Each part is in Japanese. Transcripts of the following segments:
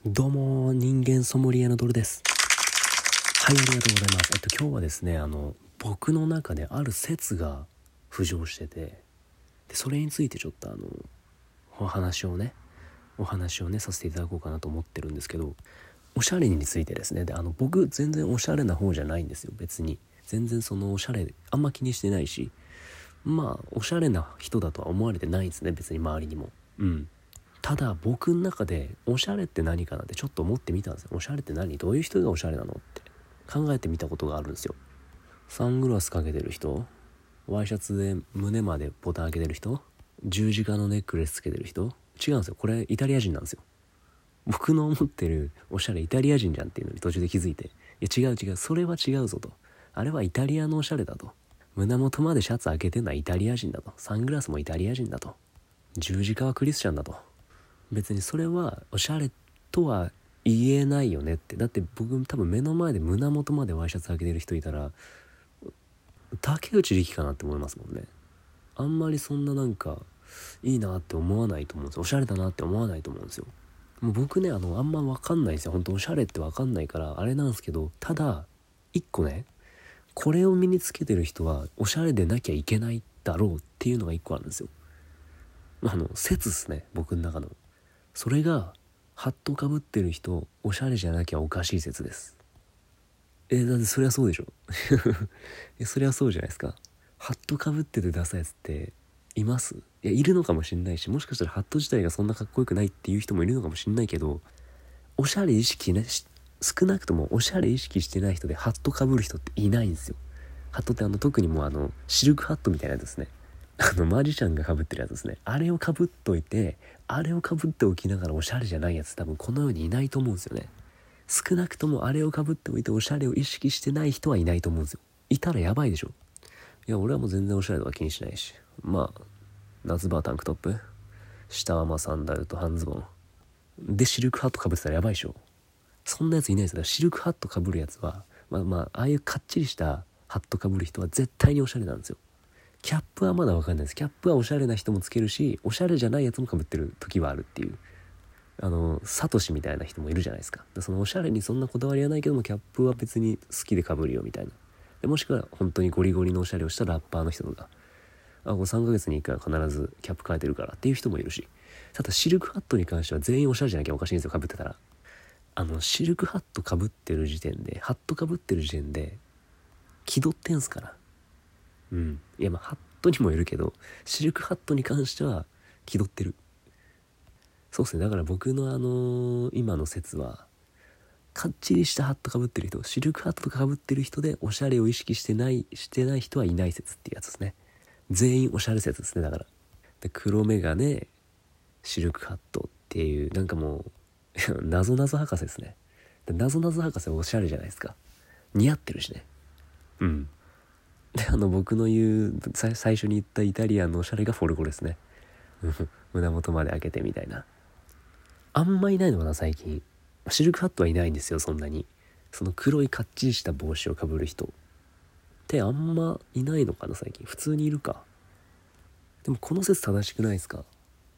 どうも、人間ソムリエのドルです。はい、ありがとうございます。今日はですね、僕の中である説が浮上してて、でそれについてちょっとお話をねさせていただこうかなと思ってるんですけど、おしゃれについてですね。で僕全然おしゃれな方じゃないんですよ。別に全然そのおしゃれあんま気にしてないし、まあおしゃれな人だとは思われてないんですね、別に周りにも。ただ僕の中でおしゃれって何かなってちょっと思ってみたんですよ。おしゃれって何？どういう人がおしゃれなのって考えてみたことがあるんですよ。サングラスかけてる人、ワイシャツで胸までボタン開けてる人、十字架のネックレスつけてる人。違うんですよ。これイタリア人なんですよ。僕の思ってるおしゃれイタリア人じゃんっていうのに途中で気づいて、いや違うそれは違うぞと。あれはイタリアのおしゃれだと。胸元までシャツ開けてるのはイタリア人だと。サングラスもイタリア人だと。十字架はクリスチャンだと。別にそれはおしゃれとは言えないよねって。だって僕多分目の前で胸元までワイシャツ開けてる人いたら竹内力かなって思いますもんね。あんまりそんななんかいいなって思わないと思うんですよ。おしゃれだなって思わないと思うんですよ。もう僕ねあんま分かんないんですよ。本当おしゃれって分かんないからあれなんですけど、ただ一個ね、これを身につけてる人はおしゃれでなきゃいけないだろうっていうのが一個あるんですよ。説っすね、僕の中の。それがハットかぶってる人おしゃれじゃなきゃおかしい説です。だってそりゃそうでしょそりゃそうじゃないですか。ハットかぶっててダサいやつっています？いるのかもしんないし、もしかしたらハット自体がそんなかっこよくないっていう人もいるのかもしんないけど、おしゃれ意識ね、少なくともおしゃれ意識してない人でハットかぶる人っていないんですよ。ハットって特にもうシルクハットみたいなやつですね。マジシャンが被ってるやつですね。あれを被っといて、あれを被っておきながらおしゃれじゃないやつ多分この世にいないと思うんですよね。少なくともあれを被っておいておしゃれを意識してない人はいないと思うんですよ。いたらやばいでしょ。いや俺はもう全然おしゃれとか気にしないし、まあ夏場はタンクトップ、下はまあサンダルと半ズボンでシルクハット被ってたらやばいでしょ。そんなやついないですよ。シルクハット被るやつはああいうかっちりしたハット被る人は絶対におしゃれなんですよ。キャップはまだ分かんないです。キャップはおしゃれな人もつけるし、おしゃれじゃないやつも被ってる時はあるっていう、サトシみたいな人もいるじゃないですか。そのおしゃれにそんなこだわりはないけどもキャップは別に好きで被るよみたいな。でもしくは本当にゴリゴリのおしゃれをしたラッパーの人とか、これ3ヶ月に1回は必ずキャップ変えてるからっていう人もいるし。ただシルクハットに関しては全員おしゃれじゃなきゃおかしいんですよ、被ってたら。シルクハット被ってる時点で、ハット被ってる時点で気取ってんすから。いやハットにもよるけど、シルクハットに関しては気取ってる。そうですね。だから僕の今の説は、かっちりしたハットかぶってる人、シルクハットとかかぶってる人でおしゃれを意識してない人はいない説っていうやつですね。全員おしゃれ説ですね。だからで黒メガネ、シルクハットっていうなんかもう謎博士ですね。謎博士はおしゃれじゃないですか。似合ってるしね。で僕の言う最初に言ったイタリアンのおしゃれがフォルゴですね。胸元まで開けてみたいな。あんまいないのかな最近。シルクハットはいないんですよ、そんなに。その黒いかっちりした帽子をかぶる人ってあんまいないのかな最近。普通にいるか。でもこの説正しくないですか？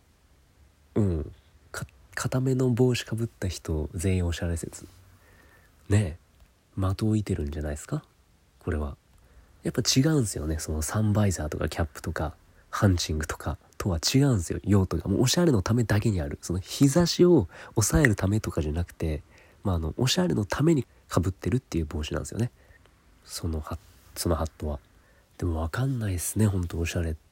固めの帽子かぶった人全員おしゃれ説ねえ、的を置いてるんじゃないですかこれは。やっぱ違うんですよね。そのサンバイザーとかキャップとかハンチングとかとは違うんですよ、用途が。もうおしゃれのためだけにある、その日差しを抑えるためとかじゃなくて、おしゃれのために被ってるっていう帽子なんですよね、そのハットは。でも分かんないですね、ほんとおしゃれって。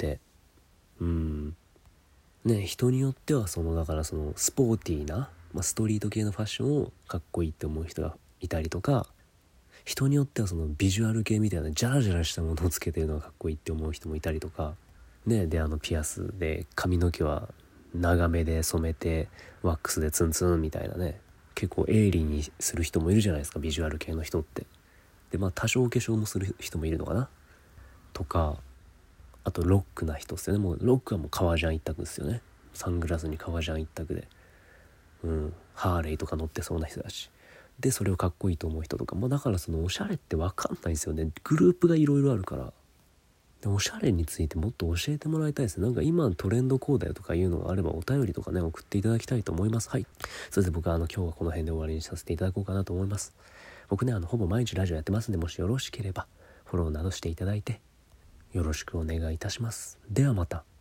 ね、人によってはだからそのスポーティーな、ストリート系のファッションをかっこいいって思う人がいたりとか、人によってはそのビジュアル系みたいなジャラジャラしたものをつけてるのがかっこいいって思う人もいたりとかね。でピアスで髪の毛は長めで染めてワックスでツンツンみたいなね、結構鋭利にする人もいるじゃないですか、ビジュアル系の人って。で多少化粧もする人もいるのかなとか、あとロックな人っすよね。もうロックはもう革ジャン一択ですよね。サングラスに革ジャン一択で、ハーレイとか乗ってそうな人だし、でそれをかっこいいと思う人とか、だからそのおしゃれって分かんないんですよね。グループがいろいろあるから。 でおしゃれについてもっと教えてもらいたいですね。なんか今のトレンドこうだよとかいうのがあればお便りとかね送っていただきたいと思います。はい。それで僕は今日はこの辺で終わりにさせていただこうかなと思います。僕ねほぼ毎日ラジオやってますんで、もしよろしければフォローなどしていただいてよろしくお願いいたします。ではまた。